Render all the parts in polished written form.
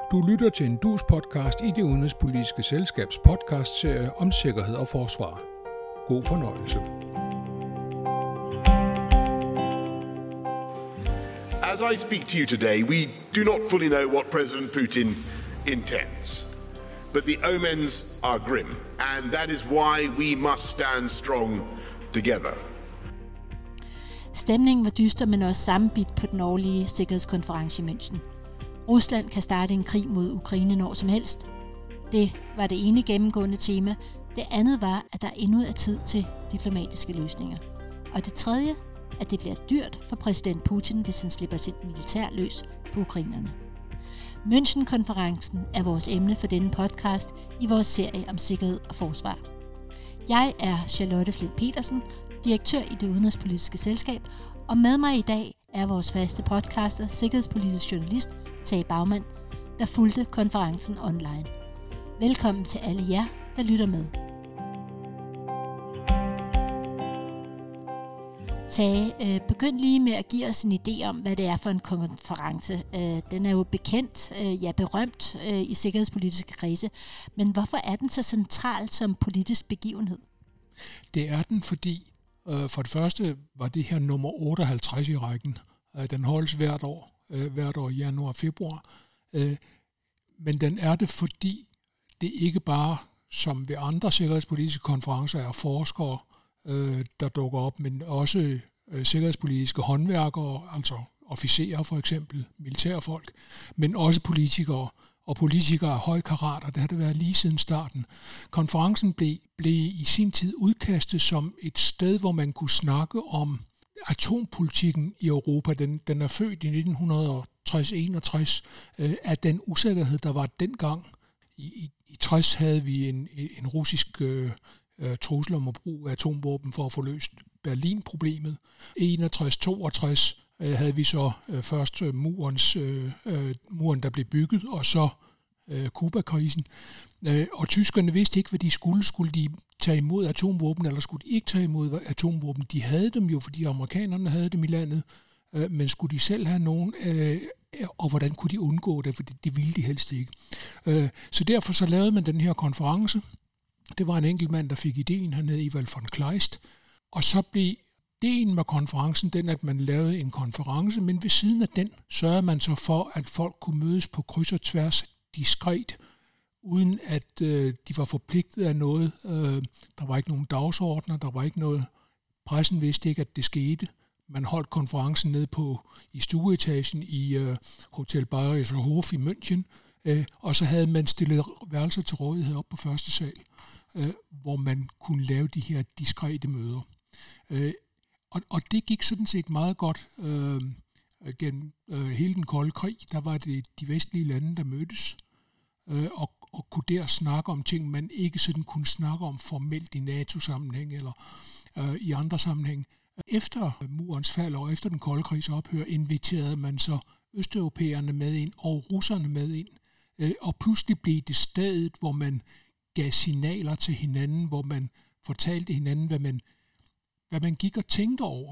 Du lytter til en Dus-podcast i Det Udenrigspolitiske Selskabs podcastserie om sikkerhed og forsvar. God fornøjelse. As I speak to you today, we do not fully know what President Putin intends. But the omens are grim, and that is why we must stand strong together. Stemningen var dyster, men også sammenbidt på den årlige sikkerhedskonference i München. Rusland kan starte en krig mod Ukraine når som helst. Det var det ene gennemgående tema. Det andet var, at der endnu er tid til diplomatiske løsninger. Og det tredje, at det bliver dyrt for præsident Putin, hvis han slipper sit militær løs på ukrainerne. München-konferencen er vores emne for denne podcast i vores serie om sikkerhed og forsvar. Jeg er Charlotte Flint Petersen, direktør i Det Udenrigspolitiske Selskab, og med mig i dag er vores faste podcaster, sikkerhedspolitisk journalist Tage Bagmand, der fulgte konferencen online. Velkommen til alle jer, der lytter med. Tage, begynd lige med at give os en idé om, hvad det er for en konference. Den er jo bekendt, berømt i sikkerhedspolitiske kredse, men hvorfor er den så central som politisk begivenhed? Det er den, fordi for det første var det her nummer 58 i rækken. Den holdes hvert år i januar og februar. Men den er det, fordi det ikke bare, som ved andre sikkerhedspolitiske konferencer, er forskere, der dukker op, men også sikkerhedspolitiske håndværkere, altså officerer for eksempel, militærfolk, men også politikere. Og politikere af høj karat, og det har det været lige siden starten. Konferencen blev i sin tid udkastet som et sted, hvor man kunne snakke om atompolitikken i Europa. Den er født i 1960-61 af den usikkerhed, der var dengang. I 60 havde vi en russisk trussel om at bruge atomvåben for at få løst Berlin-problemet. I 61-62 havde vi så først muren, der blev bygget, og så Kuba-krisen. Og tyskerne vidste ikke, hvad de skulle. Skulle de tage imod atomvåben, eller skulle de ikke tage imod atomvåben? De havde dem jo, fordi amerikanerne havde dem i landet, men skulle de selv have nogen, og hvordan kunne de undgå det, for det ville de helst ikke. Så derfor så lavede man den her konference. Det var en enkelt mand, der fik ideen, han hed Ewald von Kleist, og så blev ideen med konferencen den, at man lavede en konference, men ved siden af den sørgede man så for, at folk kunne mødes på kryds og tværs diskret, uden at de var forpligtet af noget. Der var ikke nogen dagsordner, der var ikke noget. Pressen vidste ikke, at det skete. Man holdt konferencen nede i stueetagen i Hotel Bayerischer Hof i München, og så havde man stillet værelser til rådighed op på første sal, hvor man kunne lave de her diskrete møder. Og det gik sådan set meget godt gennem hele den kolde krig. Der var det de vestlige lande, der mødtes og kunne der snakke om ting, man ikke sådan kunne snakke om formelt i NATO-sammenhæng eller i andre sammenhæng. Efter murens fald og efter den kolde krigs ophør inviterede man så østeuropæerne med ind og russerne med ind. Og pludselig blev det stedet, hvor man gav signaler til hinanden, hvor man fortalte hinanden, hvad man gik og tænkte over,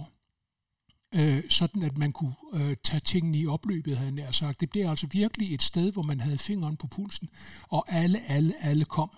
sådan at man kunne tage tingene i opløbet, havde jeg nær sagt. Det blev altså virkelig et sted, hvor man havde fingeren på pulsen, og alle kom.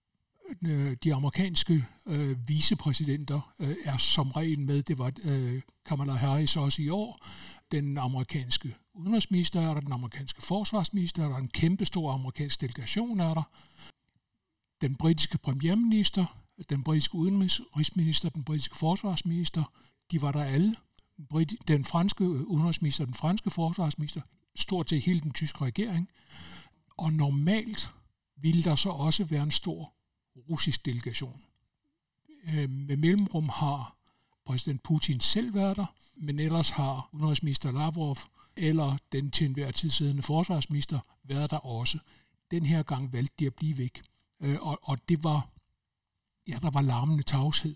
De amerikanske vicepræsidenter er som regel med. Det var Kamala Harris også i år. Den amerikanske udenrigsminister er der, den amerikanske forsvarsminister er der, en kæmpestor amerikansk delegation er der. Den britiske premierminister, den britiske udenrigsminister, den britiske forsvarsminister, de var der alle. Den franske udenrigsminister, den franske forsvarsminister, stort set hele den tyske regering. Og normalt ville der så også være en stor russisk delegation. Med mellemrum har præsident Putin selv været der, men ellers har udenrigsminister Lavrov eller den til enhver tid siddende forsvarsminister været der også. Den her gang valgte de at blive væk. Og det var, der var larmende tavshed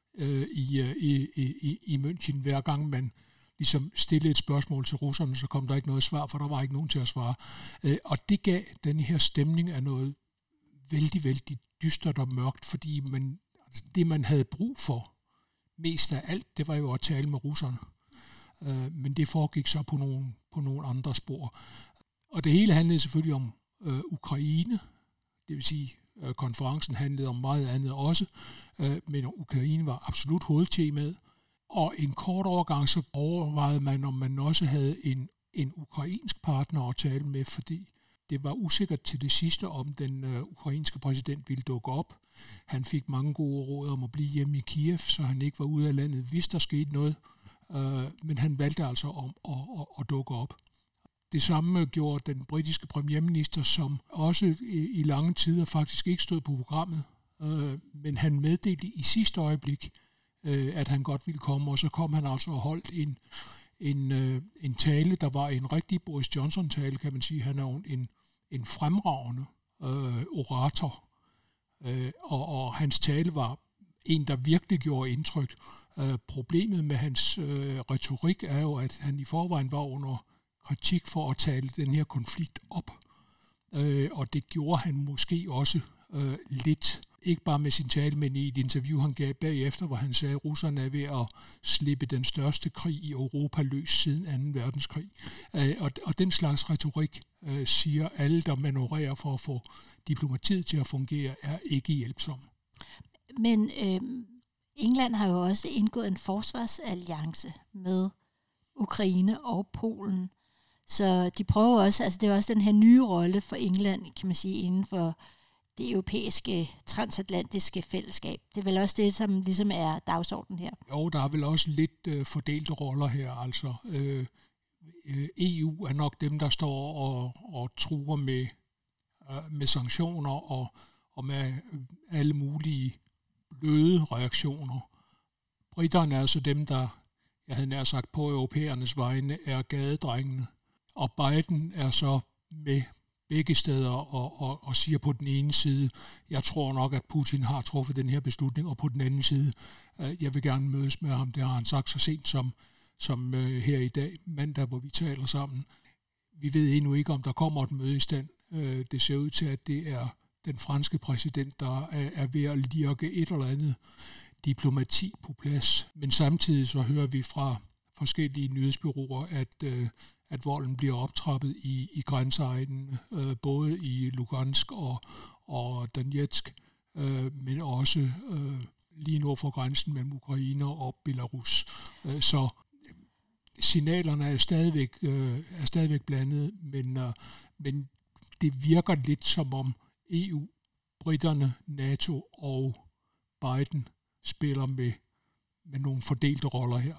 i München. Hver gang man ligesom stillede et spørgsmål til russerne, så kom der ikke noget svar, for der var ikke nogen til at svare. Og det gav den her stemning af noget vældig, vældig dystert og mørkt, fordi det man havde brug for mest af alt, det var jo at tale med russerne. Men det foregik så på nogle andre spor. Og det hele handlede selvfølgelig om Ukraine, det vil sige, konferencen handlede om meget andet også, men Ukraine var absolut hovedtemaet. Og en kort overgang så overvejede man, om man også havde en ukrainsk partner at tale med, fordi det var usikkert til det sidste, om den ukrainske præsident ville dukke op. Han fik mange gode råd om at blive hjemme i Kiev, så han ikke var ude af landet, hvis der skete noget. Men han valgte altså om at dukke op. Det samme gjorde den britiske premierminister, som også i lange tider faktisk ikke stod på programmet. Men han meddelte i sidste øjeblik, at han godt ville komme, og så kom han altså og holdt en tale, der var en rigtig Boris Johnson-tale, kan man sige. Han er jo en fremragende orator, og hans tale var en, der virkelig gjorde indtryk. Problemet med hans retorik er jo, at han i forvejen var under kritik for at tale den her konflikt op, og det gjorde han måske også lidt, ikke bare med sin tale, men i et interview, han gav bagefter, hvor han sagde, at russerne er ved at slippe den største krig i Europa løs siden 2. verdenskrig. Og den slags retorik, siger alle, der manøvrerer for at få diplomatiet til at fungere, er ikke hjælpsom. Men England har jo også indgået en forsvarsalliance med Ukraine og Polen. Så de prøver også, altså det er også den her nye rolle for England, kan man sige, inden for det europæiske transatlantiske fællesskab. Det er vel også det, som ligesom er dagsordenen her. Jo, der er vel også lidt fordelte roller her. Altså EU er nok dem, der står og truer med sanktioner og med alle mulige bløde reaktioner. Briterne er altså dem, der, jeg havde nær sagt på europæernes vegne, er gadedrengene. Og Biden er så med begge steder og siger på den ene side, jeg tror nok, at Putin har truffet den her beslutning, og på den anden side, jeg vil gerne mødes med ham. Det har han sagt så sent som her i dag, mandag, hvor vi taler sammen. Vi ved endnu ikke, om der kommer et møde i stand. Det ser ud til, at det er den franske præsident, der er ved at lirke et eller andet diplomati på plads. Men samtidig så hører vi fra forskellige nyhedsbureauer, at volden bliver optrappet i grænseegnen, både i Lugansk og Donetsk, men også lige nord for grænsen mellem Ukraine og Belarus. Så signalerne er stadigvæk blandet, men det virker lidt som om EU, britterne, NATO og Biden spiller med nogle fordelte roller her.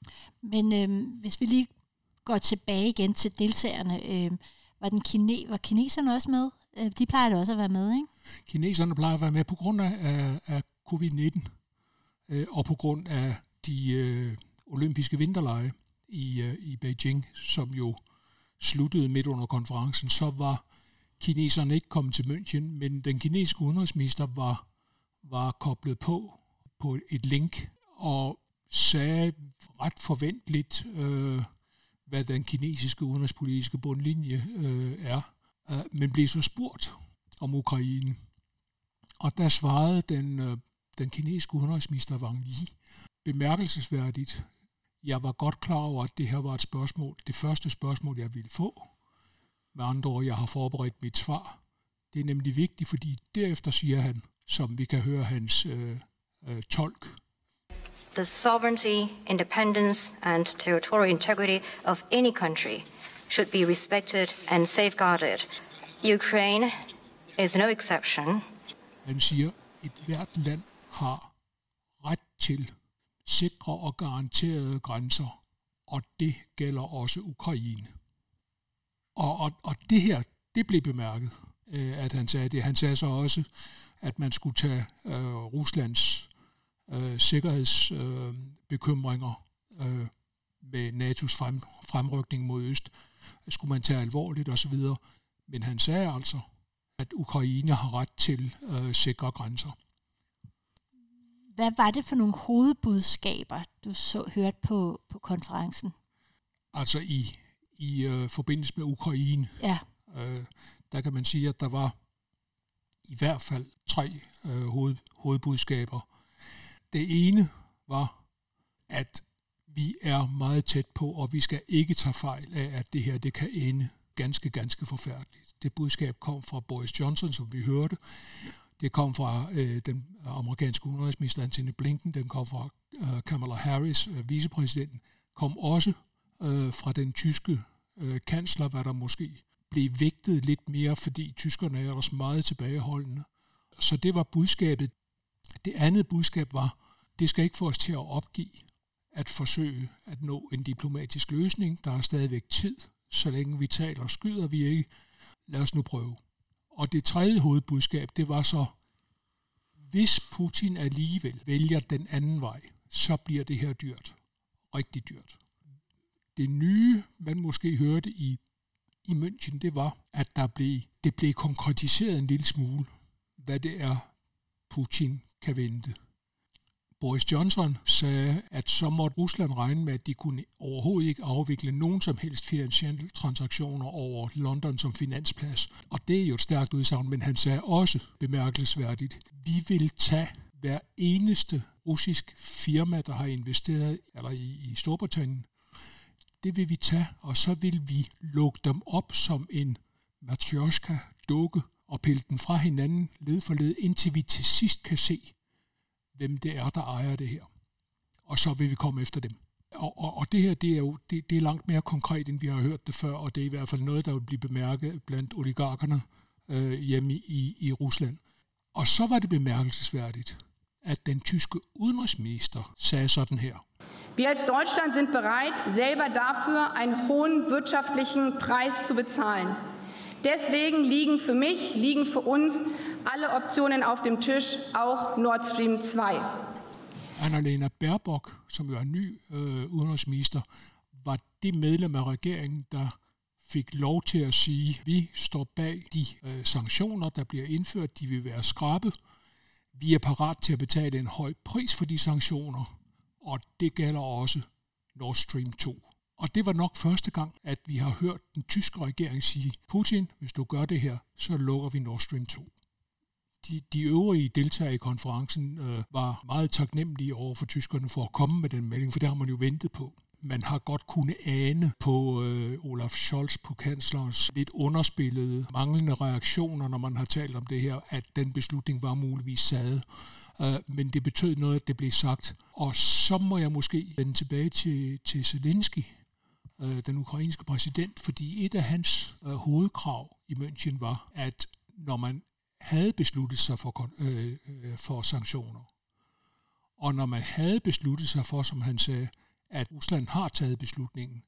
Men hvis vi lige går tilbage igen til deltagerne, var kineserne også med? De plejer da også at være med, ikke? Kineserne plejer at være med på grund af covid-19 og på grund af de olympiske vinterlege i Beijing, som jo sluttede midt under konferencen. Så var kineserne ikke kommet til München, men den kinesiske udenrigsminister var koblet på et link og sagde ret forventeligt, hvad den kinesiske udenrigspolitiske bundlinje er, men blev så spurgt om Ukraine. Og der svarede den kinesiske udenrigsminister Wang Yi bemærkelsesværdigt, jeg var godt klar over, at det her var et spørgsmål, det første spørgsmål, jeg ville få. Med andre ord, jeg har forberedt mit svar. Det er nemlig vigtigt, fordi derefter siger han, som vi kan høre hans tolk, the sovereignty, independence and territorial integrity of any country should be respected and safeguarded. Ukraine is no exception. Han siger, at hvert land har ret til sikre og garanterede grænser, og det gælder også Ukraine. Og det her, det blev bemærket, at han sagde det. Han sagde så også, at man skulle tage Ruslands sikkerhedsbekymringer med NATO's fremrykning mod øst, skulle man tage alvorligt osv. Men han sagde altså, at Ukraine har ret til sikre grænser. Hvad var det for nogle hovedbudskaber, du hørte på konferencen? Altså i forbindelse med Ukraine, ja. Der kan man sige, at der var i hvert fald 3 hovedbudskaber. Det ene var, at vi er meget tæt på, og vi skal ikke tage fejl af, at det her det kan ende ganske forfærdeligt. Det budskab kom fra Boris Johnson, som vi hørte. Det kom fra den amerikanske udenrigsminister Antony Blinken. Den kom fra Kamala Harris, vicepræsidenten. Kom også fra den tyske kansler, hvad der måske blev vægtet lidt mere, fordi tyskerne er også meget tilbageholdende. Så det var budskabet. Det andet budskab var, det skal ikke få os til at opgive at forsøge at nå en diplomatisk løsning. Der er stadigvæk tid. Så længe vi taler, skyder vi ikke. Lad os nu prøve. Og det tredje hovedbudskab, det var så, hvis Putin alligevel vælger den anden vej, så bliver det her dyrt. Rigtig dyrt. Det nye, man måske hørte i München, det var, at det blev konkretiseret en lille smule, hvad det er, Putin kan vente. Boris Johnson sagde, at så måtte Rusland regne med, at de kunne overhovedet ikke afvikle nogen som helst finansielle transaktioner over London som finansplads. Og det er jo et stærkt udsagn, men han sagde også bemærkelsesværdigt, vi vil tage hver eneste russisk firma, der har investeret i Storbritannien, det vil vi tage, og så vil vi lukke dem op som en matryoshka-dukke og pille den fra hinanden led for led, indtil vi til sidst kan se, hvem det er, der ejer det her. Og så vil vi komme efter dem. Og det her, det er jo det er langt mere konkret, end vi har hørt det før, og det er i hvert fald noget, der vil blive bemærket blandt oligarkerne hjemme i Rusland. Og så var det bemærkelsesværdigt, at den tyske udenrigsminister sagde sådan her. Wir als Deutschland sind bereit, selber dafür einen hohen wirtschaftlichen Preis zu bezahlen. Deswegen liegen für uns alle Optionen auf dem Tisch, auch Nord Stream 2. Annalena Baerbock, som jo er ny udenrigsminister, var det medlem af regeringen, der fik lov til at sige, at vi står bag de sanktioner, der bliver indført. De vil være skrappe. Vi er parat til at betale en høj pris for de sanktioner, og det gælder også Nord Stream 2. Og det var nok første gang, at vi har hørt den tyske regering sige, Putin, hvis du gør det her, så lukker vi Nord Stream 2. De øvrige deltagere i konferencen var meget taknemmelige over for tyskerne for at komme med den melding, for det har man jo ventet på. Man har godt kunne ane på Olaf Scholz, på kanslerens lidt underspillede, manglende reaktioner, når man har talt om det her, at den beslutning var muligvis sad. Men det betød noget, at det blev sagt. Og så må jeg måske vende tilbage til Zelensky, den ukrainske præsident, fordi et af hans hovedkrav i München var, at når man havde besluttet sig for sanktioner, og når man havde besluttet sig for, som han sagde, at Rusland har taget beslutningen,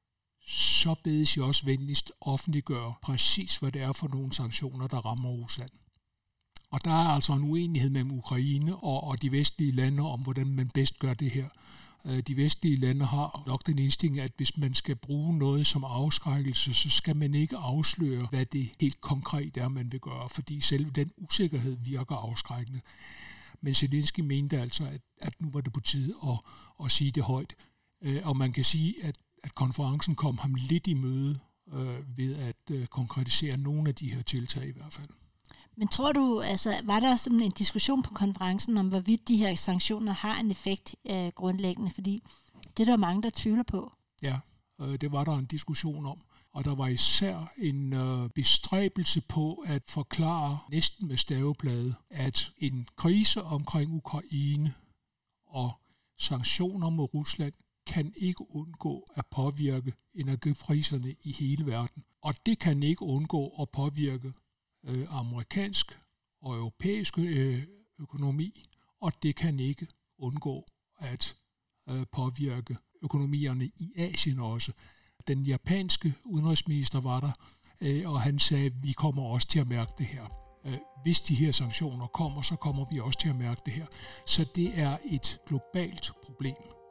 så bedes jeg også venligst offentliggøre præcis, hvad det er for nogle sanktioner, der rammer Rusland. Og der er altså en uenighed mellem Ukraine og de vestlige lande om, hvordan man bedst gør det her. De vestlige lande har nok den indstilling, at hvis man skal bruge noget som afskrækkelse, så skal man ikke afsløre, hvad det helt konkret er, man vil gøre, fordi selve den usikkerhed virker afskrækkende. Men Zelensky mente altså, at nu var det på tide at sige det højt. Og man kan sige, at konferencen kom ham lidt i møde ved at konkretisere nogle af de her tiltag i hvert fald. Men tror du, altså, var der sådan en diskussion på konferencen om, hvorvidt de her sanktioner har en effekt grundlæggende? Fordi det er der mange, der tvivler på. Ja, det var der en diskussion om. Og der var især en bestræbelse på at forklare næsten med staveplade, at en krise omkring Ukraine og sanktioner mod Rusland kan ikke undgå at påvirke energipriserne i hele verden. Og det kan ikke undgå at påvirke amerikansk og europæisk økonomi, og det kan ikke undgå at påvirke økonomierne i Asien også. Den japanske udenrigsminister var der, og han sagde, at vi kommer også til at mærke det her. Hvis de her sanktioner kommer, så kommer vi også til at mærke det her. Så det er et globalt problem,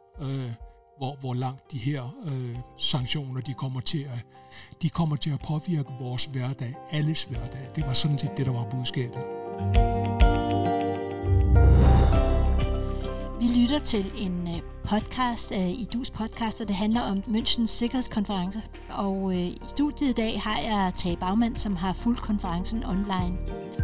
hvor langt de her sanktioner de kommer til at påvirke vores hverdag, alles hverdag. Det var sådan set det, der var budskabet. Vi lytter til en podcast, IDU's podcast, og det handler om Münchens Sikkerhedskonference. Og i studiet i dag har jeg Tage Bagmand, som har fulgt konferencen online.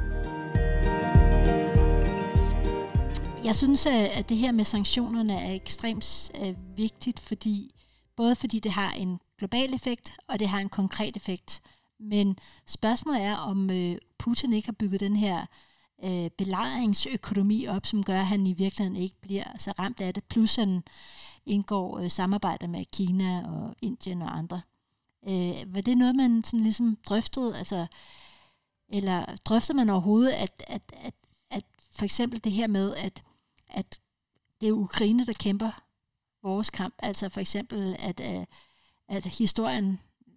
Jeg synes, at det her med sanktionerne er ekstremt vigtigt, fordi det har en global effekt, og det har en konkret effekt. Men spørgsmålet er, om Putin ikke har bygget den her belejringsøkonomi op, som gør, at han i virkeligheden ikke bliver så ramt af det. Plus han indgår samarbejder med Kina og Indien og andre. Var det noget, man sådan ligesom drøftede? Altså, eller drøfter man overhovedet, at for eksempel det her med, at det er Ukraine, der kæmper vores kamp? Altså for eksempel, at historien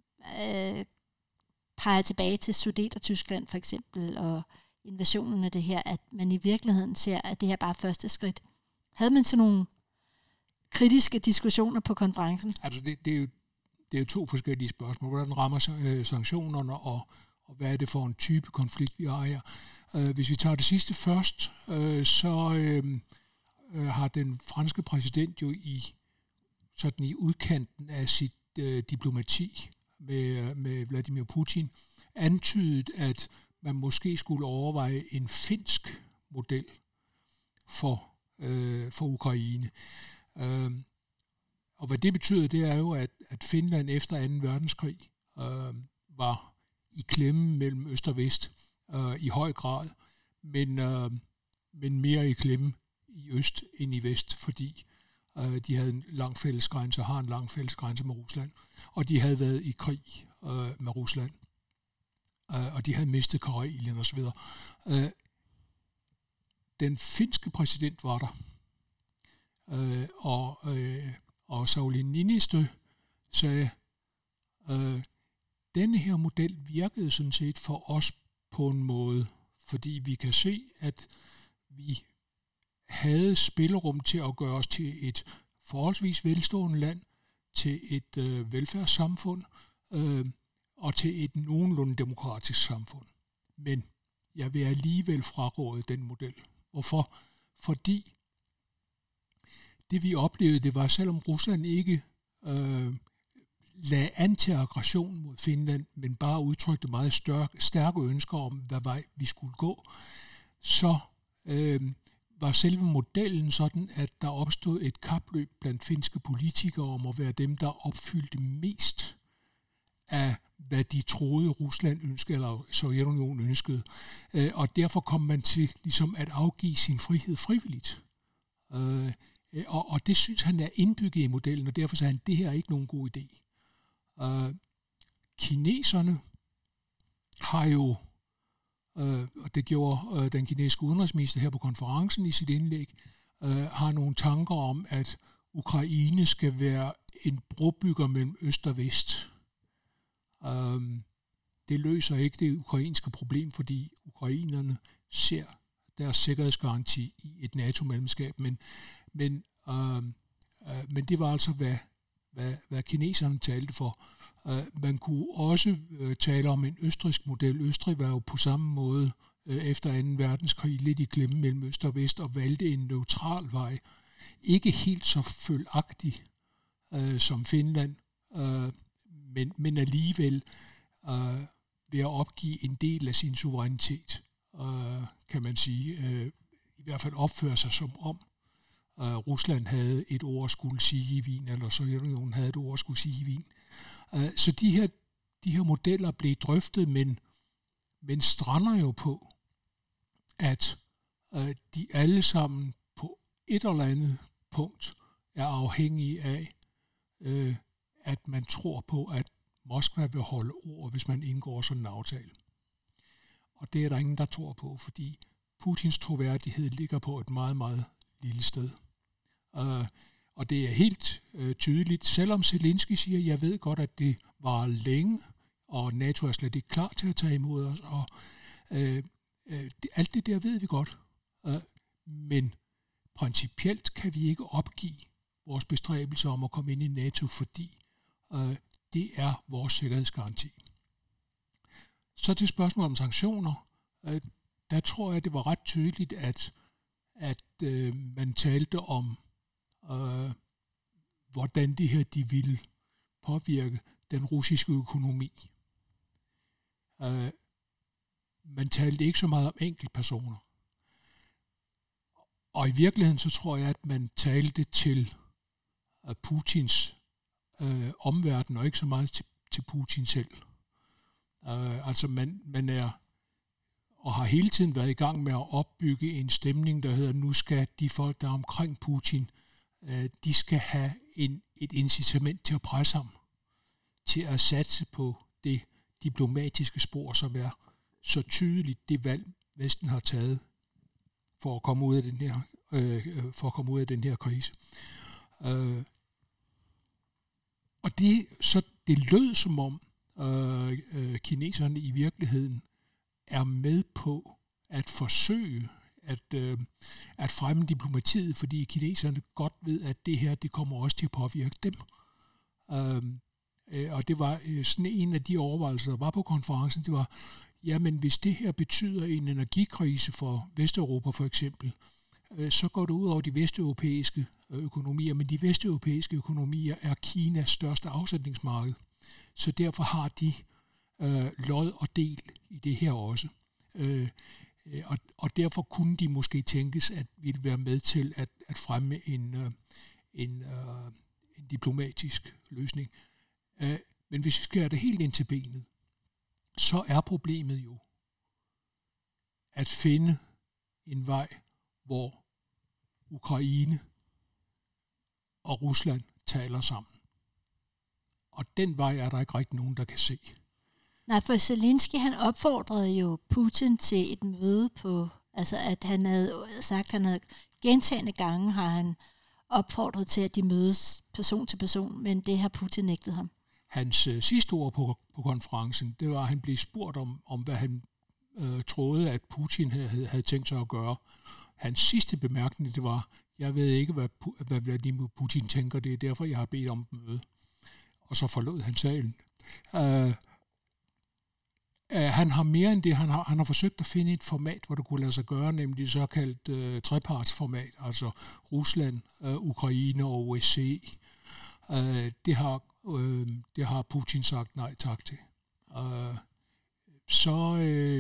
peger tilbage til Sudetertyskland for eksempel, og invasionen af det her, at man i virkeligheden ser, at det her bare er første skridt. Havde man sådan nogle kritiske diskussioner på konferencen? Altså det er jo to forskellige spørgsmål. Hvordan rammer sanktionerne, og hvad er det for en type konflikt, vi har her? Hvis vi tager det sidste først, så har den franske præsident jo i udkanten af sit diplomati med Vladimir Putin antydet, at man måske skulle overveje en finsk model for Ukraine. Og hvad det betyder, det er jo, at Finland efter 2. verdenskrig var i klemme mellem øst og vest i høj grad, men mere i klemme i øst end i vest, fordi de havde en lang fælles grænse og har en lang fælles grænse med Rusland, og de havde været i krig med Rusland, og de havde mistet Karelien osv. Den finske præsident var der, og Sauli Niinistö sagde, denne her model virkede sådan set for os på en måde, fordi vi kan se, at vi havde spillerum til at gøre os til et forholdsvis velstående land, til et velfærdssamfund og til et nogenlunde demokratisk samfund. Men jeg vil alligevel fraråde den model. Hvorfor? Fordi det vi oplevede, det var, selvom Rusland ikke lagde an til aggression mod Finland, men bare udtrykte meget stærke ønsker om, hvad vej vi skulle gå, så var selve modellen sådan, at der opstod et kapløb blandt finske politikere om at være dem, der opfyldte mest af, hvad de troede Rusland ønskede, eller Sovjetunionen ønskede. Og derfor kom man til ligesom at afgive sin frihed frivilligt. Og det synes han er indbygget i modellen, og derfor sagde han, at det her er ikke nogen god idé. Kineserne har jo, og det gjorde den kinesiske udenrigsminister her på konferencen i sit indlæg, har nogle tanker om, at Ukraine skal være en brobygger mellem øst og vest. Det løser ikke det ukrainske problem, fordi ukrainerne ser deres sikkerhedsgaranti i et NATO-medlemskab, men det var altså, hvad kineserne talte for. Man kunne også tale om en østrigsk model. Østrig var jo på samme måde efter 2. verdenskrig lidt i klemme mellem øst og vest og valgte en neutral vej. Ikke helt så følagtig som Finland, men alligevel ved at opgive en del af sin suverænitet, kan man sige, i hvert fald opføre sig som om Rusland havde et ord skulle sige i Wien, eller Sovjetunionen havde et ord skulle sige i Wien. Så de her modeller blev drøftet, men strander jo på, at de alle sammen på et eller andet punkt er afhængige af, at man tror på, at Moskva vil holde ord, hvis man indgår sådan en aftale. Og det er der ingen, der tror på, fordi Putins troværdighed ligger på et meget, meget lille sted. Og det er helt tydeligt, selvom Zelensky siger, jeg ved godt, at det var længe, og NATO er slet ikke klar til at tage imod os, og alt det der ved vi godt. Men principielt kan vi ikke opgive vores bestræbelser om at komme ind i NATO, fordi det er vores sikkerhedsgaranti. Så til spørgsmålet om sanktioner, der tror jeg, det var ret tydeligt, at man talte om, hvordan det her de ville påvirke den russiske økonomi. Man talte ikke så meget om enkeltpersoner. Og i virkeligheden så tror jeg, at man talte til Putins omverdenen, og ikke så meget til Putin selv. Altså man er og har hele tiden været i gang med at opbygge en stemning, der hedder, nu skal de folk, der er omkring Putin, de skal have et incitament til at presse ham, til at satse på det diplomatiske spor, som er så tydeligt det valg, Vesten har taget for at komme ud af den her krise. Og det lød som om kineserne i virkeligheden er med på at forsøge at fremme diplomatiet, fordi kineserne godt ved, at det her, det kommer også til at påvirke dem. Og det var sådan en af de overvejelser, der var på konferencen, det var, jamen hvis det her betyder en energikrise for Vesteuropa for eksempel, så går det ud over de vesteuropæiske økonomier, men de vesteuropæiske økonomier er Kinas største afsætningsmarked, så derfor har de lod og del i det her også. Og derfor kunne de måske tænkes, at ville være med til at fremme en diplomatisk løsning. Men hvis vi skærer det helt ind til benet, så er problemet jo at finde en vej, hvor Ukraine og Rusland taler sammen. Og den vej er der ikke rigtig nogen, der kan se. Nej, for Zelensky, han opfordrede jo Putin til et møde på, altså at han havde sagt, han havde gentagne gange har han opfordret til, at de mødes person til person, men det har Putin nægtet ham. Hans sidste ord på konferencen, det var, at han blev spurgt om hvad han troede, at Putin havde tænkt sig at gøre. Hans sidste bemærkning, det var, jeg ved ikke, hvad Vladimir Putin tænker, det er derfor, jeg har bedt om et møde. Og så forlod han salen. Han har mere end det. Han har forsøgt at finde et format, hvor det kunne lade sig gøre, nemlig det såkaldt trepartsformat, altså Rusland, Ukraine og OSCE. Det har Putin sagt nej tak til. Så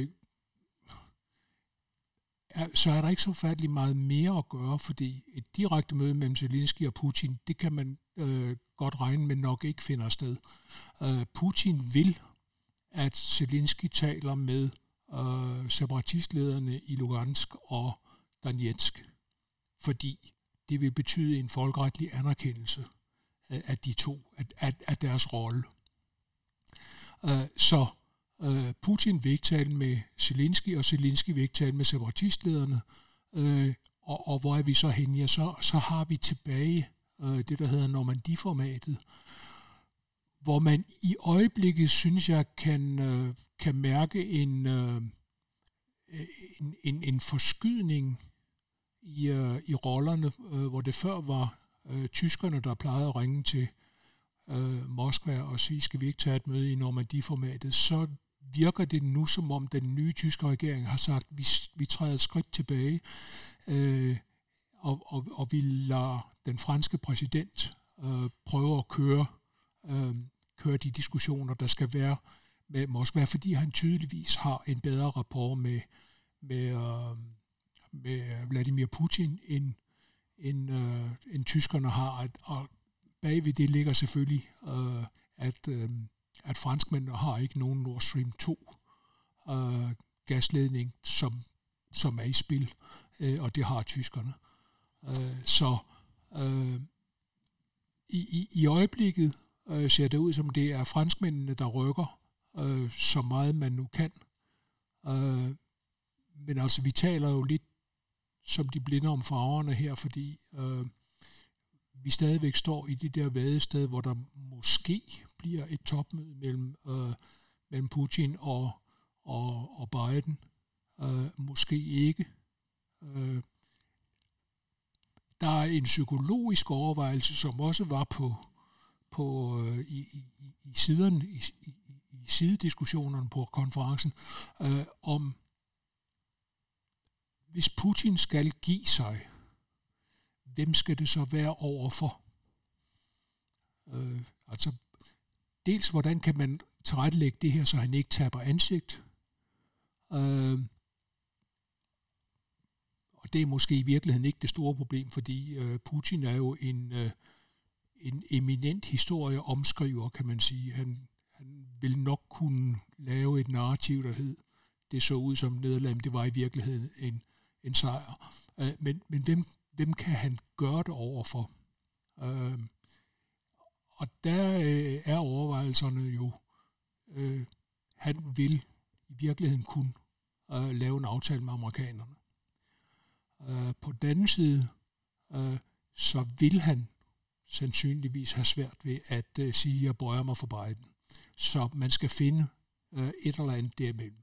er der ikke så forfærdeligt meget mere at gøre, fordi et direkte møde mellem Zelensky og Putin, det kan man godt regne med nok ikke finder sted. Putin vil, at Zelensky taler med separatistlederne i Lugansk og Donetsk, fordi det vil betyde en folkeretlig anerkendelse af de to, af deres rolle. Så Putin vil ikke tale med Zelensky, og Zelensky vil ikke tale med separatistlederne. Og hvor er vi så henne? Ja, så har vi tilbage det, der hedder Normandie-formatet, hvor man i øjeblikket, synes jeg, kan mærke en forskydning i rollerne, hvor det før var tyskerne, der plejede at ringe til Moskva og sige, skal vi ikke tage et møde i Normandie-formatet, så virker det nu, som om den nye tyske regering har sagt, vi træder et skridt tilbage, og vi lader den franske præsident prøve at køre de diskussioner, der skal være med Moskva, fordi han tydeligvis har en bedre rapport med Vladimir Putin, end tyskerne har. Og bagved det ligger selvfølgelig, at franskmændene har ikke nogen Nord Stream 2 gasledning, som er i spil, og det har tyskerne. Så i øjeblikket ser det ud, som det er franskmændene, der rykker så meget man nu kan. Men altså, vi taler jo lidt som de blinde om farverne her, fordi vi stadigvæk står i det der vadested, hvor der måske bliver et topmøde mellem Putin og Biden. Måske ikke. Der er en psykologisk overvejelse, som også var i sidediskussionerne på konferencen, om hvis Putin skal give sig, hvem skal det så være overfor? Altså, dels hvordan kan man tilrettelægge det her, så han ikke taber ansigt? Og det er måske i virkeligheden ikke det store problem, fordi Putin er jo en eminent historieomskriver, kan man sige. Han vil nok kunne lave et narrativ, der hed, det så ud som nederlag, det var i virkeligheden en sejr. Men hvem kan han gøre det overfor? Og der er overvejelserne jo, han vil i virkeligheden kun lave en aftale med amerikanerne. På den anden side, så vil han sandsynligvis have svært ved at sige, at jeg bøjer mig for Biden. Så man skal finde et eller andet derimellem.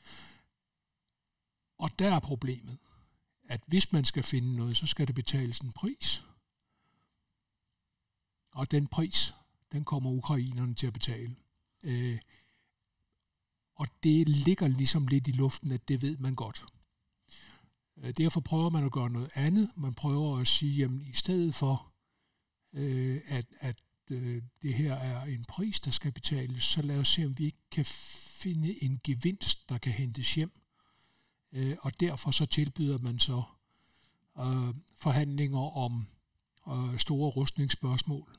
Og der er problemet, at hvis man skal finde noget, så skal det betales en pris. Og den pris, den kommer ukrainerne til at betale. Og det ligger ligesom lidt i luften, at det ved man godt. Derfor prøver man at gøre noget andet. Man prøver at sige, jamen i stedet for, at det her er en pris, der skal betales, så lad os se, om vi ikke kan finde en gevinst, der kan hentes hjem. Og derfor så tilbyder man så forhandlinger om store rustningsspørgsmål.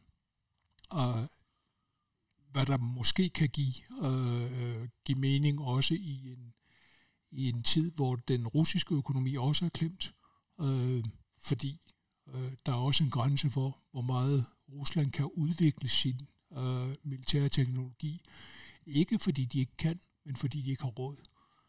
Hvad der måske kan give mening også i en tid, hvor den russiske økonomi også er klemt, fordi der er også en grænse for, hvor meget Rusland kan udvikle sin militære teknologi. Ikke fordi de ikke kan, men fordi de ikke har råd.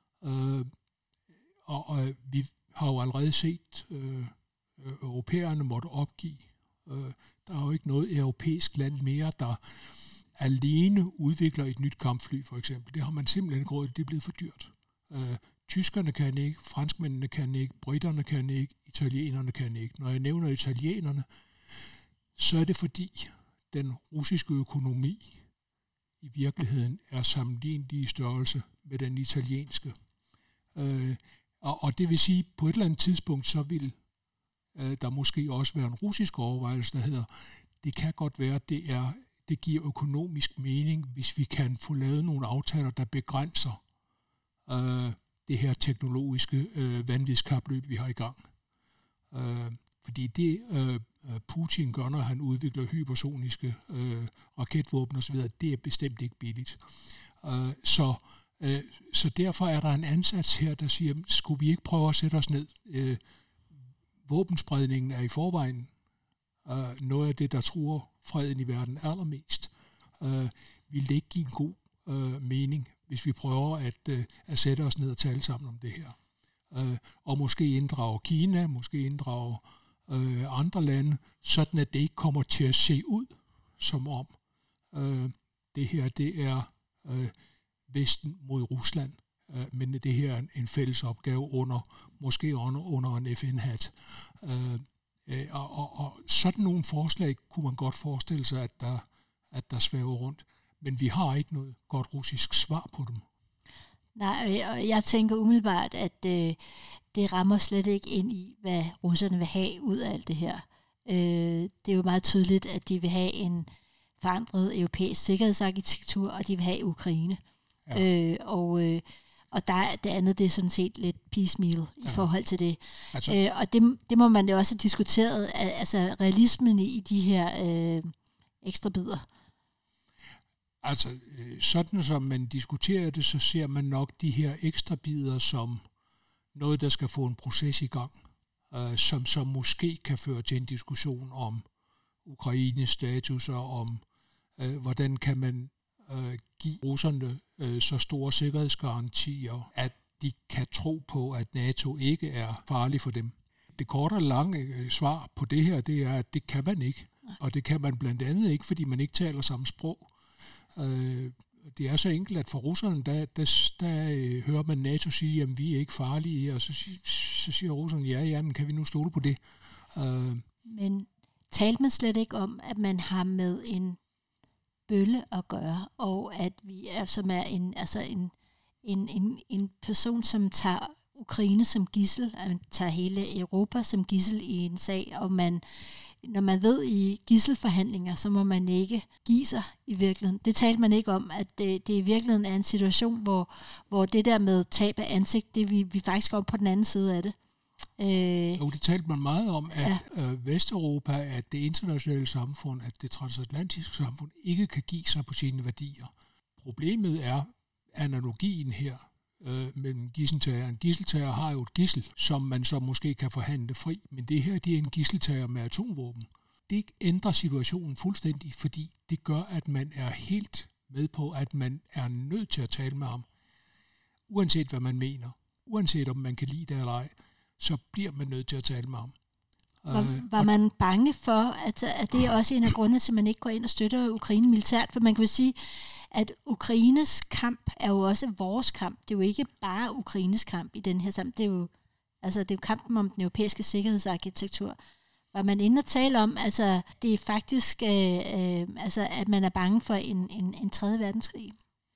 Og vi har jo allerede set europæerne måtte opgive. Der er jo ikke noget europæisk land mere, der alene udvikler et nyt kampfly, for eksempel. Det har man simpelthen ikke råd, det er blevet for dyrt. Tyskerne kan ikke, franskmændene kan ikke, britterne kan ikke, italienerne kan ikke. Når jeg nævner italienerne, så er det fordi den russiske økonomi i virkeligheden er sammenlignelig i størrelse med den italienske. Og det vil sige, på et eller andet tidspunkt, så vil der måske også være en russisk overvejelse, der hedder, det kan godt være, at det giver økonomisk mening, hvis vi kan få lavet nogle aftaler, der begrænser det her teknologiske vanvidskapløb, vi har i gang. Fordi det Putin gør, når han udvikler hypersoniske raketvåben osv., det er bestemt ikke billigt. Så derfor er der en ansats her, der siger, skulle vi ikke prøve at sætte os ned? Våbenspredningen er i forvejen noget af det, der truer freden i verden allermest. Vil det ikke give en god mening, hvis vi prøver at sætte os ned og tale sammen om det her? Og måske inddrage Kina, måske inddrage andre lande, sådan at det ikke kommer til at se ud, som om det her det er Vesten mod Rusland, men det her er en fælles opgave måske under en FN-hat. Og sådan nogle forslag kunne man godt forestille sig, at der svæver rundt. Men vi har ikke noget godt russisk svar på dem. Nej, og jeg tænker umiddelbart, at det rammer slet ikke ind i, hvad russerne vil have ud af alt det her. Det er jo meget tydeligt, at de vil have en forandret europæisk sikkerhedsarkitektur, og de vil have Ukraine. Ja. Og det andet, det er sådan set lidt piecemeal i forhold til det. Altså. Og det må man jo også have diskuteret, altså realismen i de her ekstra bidder. Altså, sådan som man diskuterer det, så ser man nok de her ekstra bidder som noget, der skal få en proces i gang, som måske kan føre til en diskussion om Ukraines status og om, hvordan kan man give russerne så store sikkerhedsgarantier, at de kan tro på, at NATO ikke er farlig for dem. Det korte og lange svar på det her, det er, at det kan man ikke. Og det kan man blandt andet ikke, fordi man ikke taler samme sprog. Det er så enkelt, at for russerne, der hører man NATO sige, at vi er ikke farlige, og så siger russerne, ja, men kan vi nu stole på det? Men talte man slet ikke om, at man har med en bølle at gøre, og at vi som er en person, som tager Ukraine som gidsel, tager hele Europa som gidsel i en sag, og når man ved i gidselforhandlinger, så må man ikke give sig i virkeligheden. Det talte man ikke om, at det i virkeligheden er en situation, hvor det der med tab af ansigt, det vi faktisk om på den anden side af det. Jo, det talte man meget om, at Vesteuropa, at det internationale samfund, at det transatlantiske samfund ikke kan give sig på sine værdier. Problemet er analogien her mellem gidseltager. En gidseltager har jo et gidsel, som man så måske kan forhandle fri, men det her, det er en gidseltager med atomvåben. Det ændrer situationen fuldstændig, fordi det gør, at man er helt med på, at man er nødt til at tale med ham. Uanset hvad man mener, uanset om man kan lide det eller ej, så bliver man nødt til at tale med ham. Var man bange for, at det er også en af grundene til, at man ikke går ind og støtter Ukraine militært? For man kan jo sige, at Ukraines kamp er jo også vores kamp. Det er jo ikke bare Ukraines kamp i den her sammenhæng. Det er jo kampen om den europæiske sikkerhedsarkitektur. Var man inde og tale om, det er faktisk, at man er bange for en 3. verdenskrig?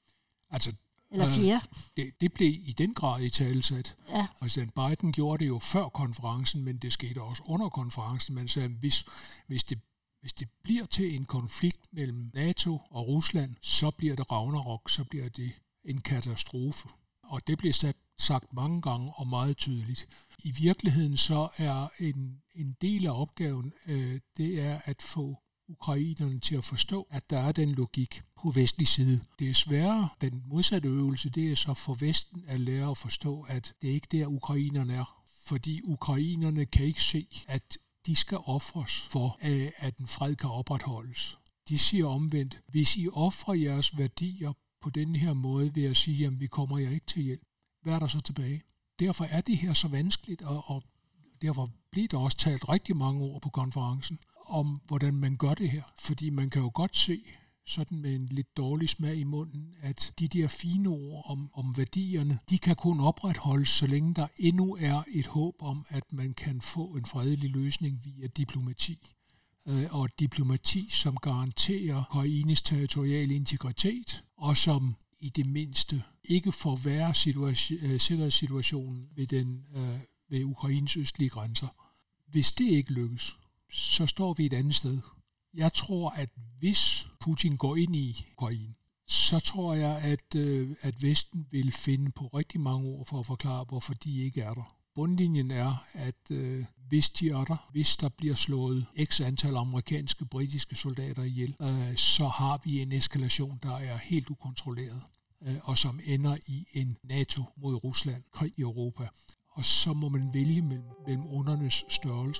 Eller 4. Det blev i den grad italesat. Ja. Præsident Biden gjorde det jo før konferencen, men det skete også under konferencen. Man sagde, hvis det bliver til en konflikt mellem NATO og Rusland, så bliver det Ragnarok, så bliver det en katastrofe. Og det blev sagt mange gange og meget tydeligt. I virkeligheden så er en del af opgaven, det er at få ukrainerne til at forstå, at der er den logik på vestlig side. Det er sværere. Den modsatte øvelse, det er så for Vesten at lære at forstå, at det ikke er der, ukrainerne er. Fordi ukrainerne kan ikke se, at de skal ofres for, at en fred kan opretholdes. De siger omvendt, hvis I ofrer jeres værdier på den her måde ved at sige, jamen vi kommer jer ikke til hjælp, hvad er der så tilbage? Derfor er det her så vanskeligt, og derfor blev der også talt rigtig mange ord på konferencen om, hvordan man gør det her. Fordi man kan jo godt se, sådan med en lidt dårlig smag i munden, at de der fine ord om værdierne, de kan kun opretholdes, så længe der endnu er et håb om, at man kan få en fredelig løsning via diplomati. Og et diplomati, som garanterer Ukraines territoriale integritet, og som i det mindste ikke forværrer sikkerhedssituationen ved Ukraines østlige grænser. Hvis det ikke lykkes, så står vi et andet sted. Jeg tror, at hvis Putin går ind i Ukraine, så tror jeg, at Vesten vil finde på rigtig mange ord for at forklare, hvorfor de ikke er der. Bundlinjen er, at hvis de er der, hvis der bliver slået x antal amerikanske, britiske soldater ihjel, så har vi en eskalation, der er helt ukontrolleret, og som ender i en NATO mod Rusland, krig i Europa. Og så må man vælge mellem undernes størrelse.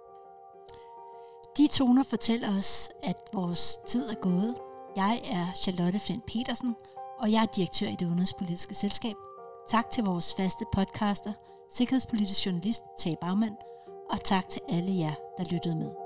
De toner fortæller os, at vores tid er gået. Jeg er Charlotte Flint Petersen, og jeg er direktør i Det Udenrigspolitiske Selskab. Tak til vores faste podcaster, sikkerhedspolitisk journalist Tage Bagmand, og tak til alle jer, der lyttede med.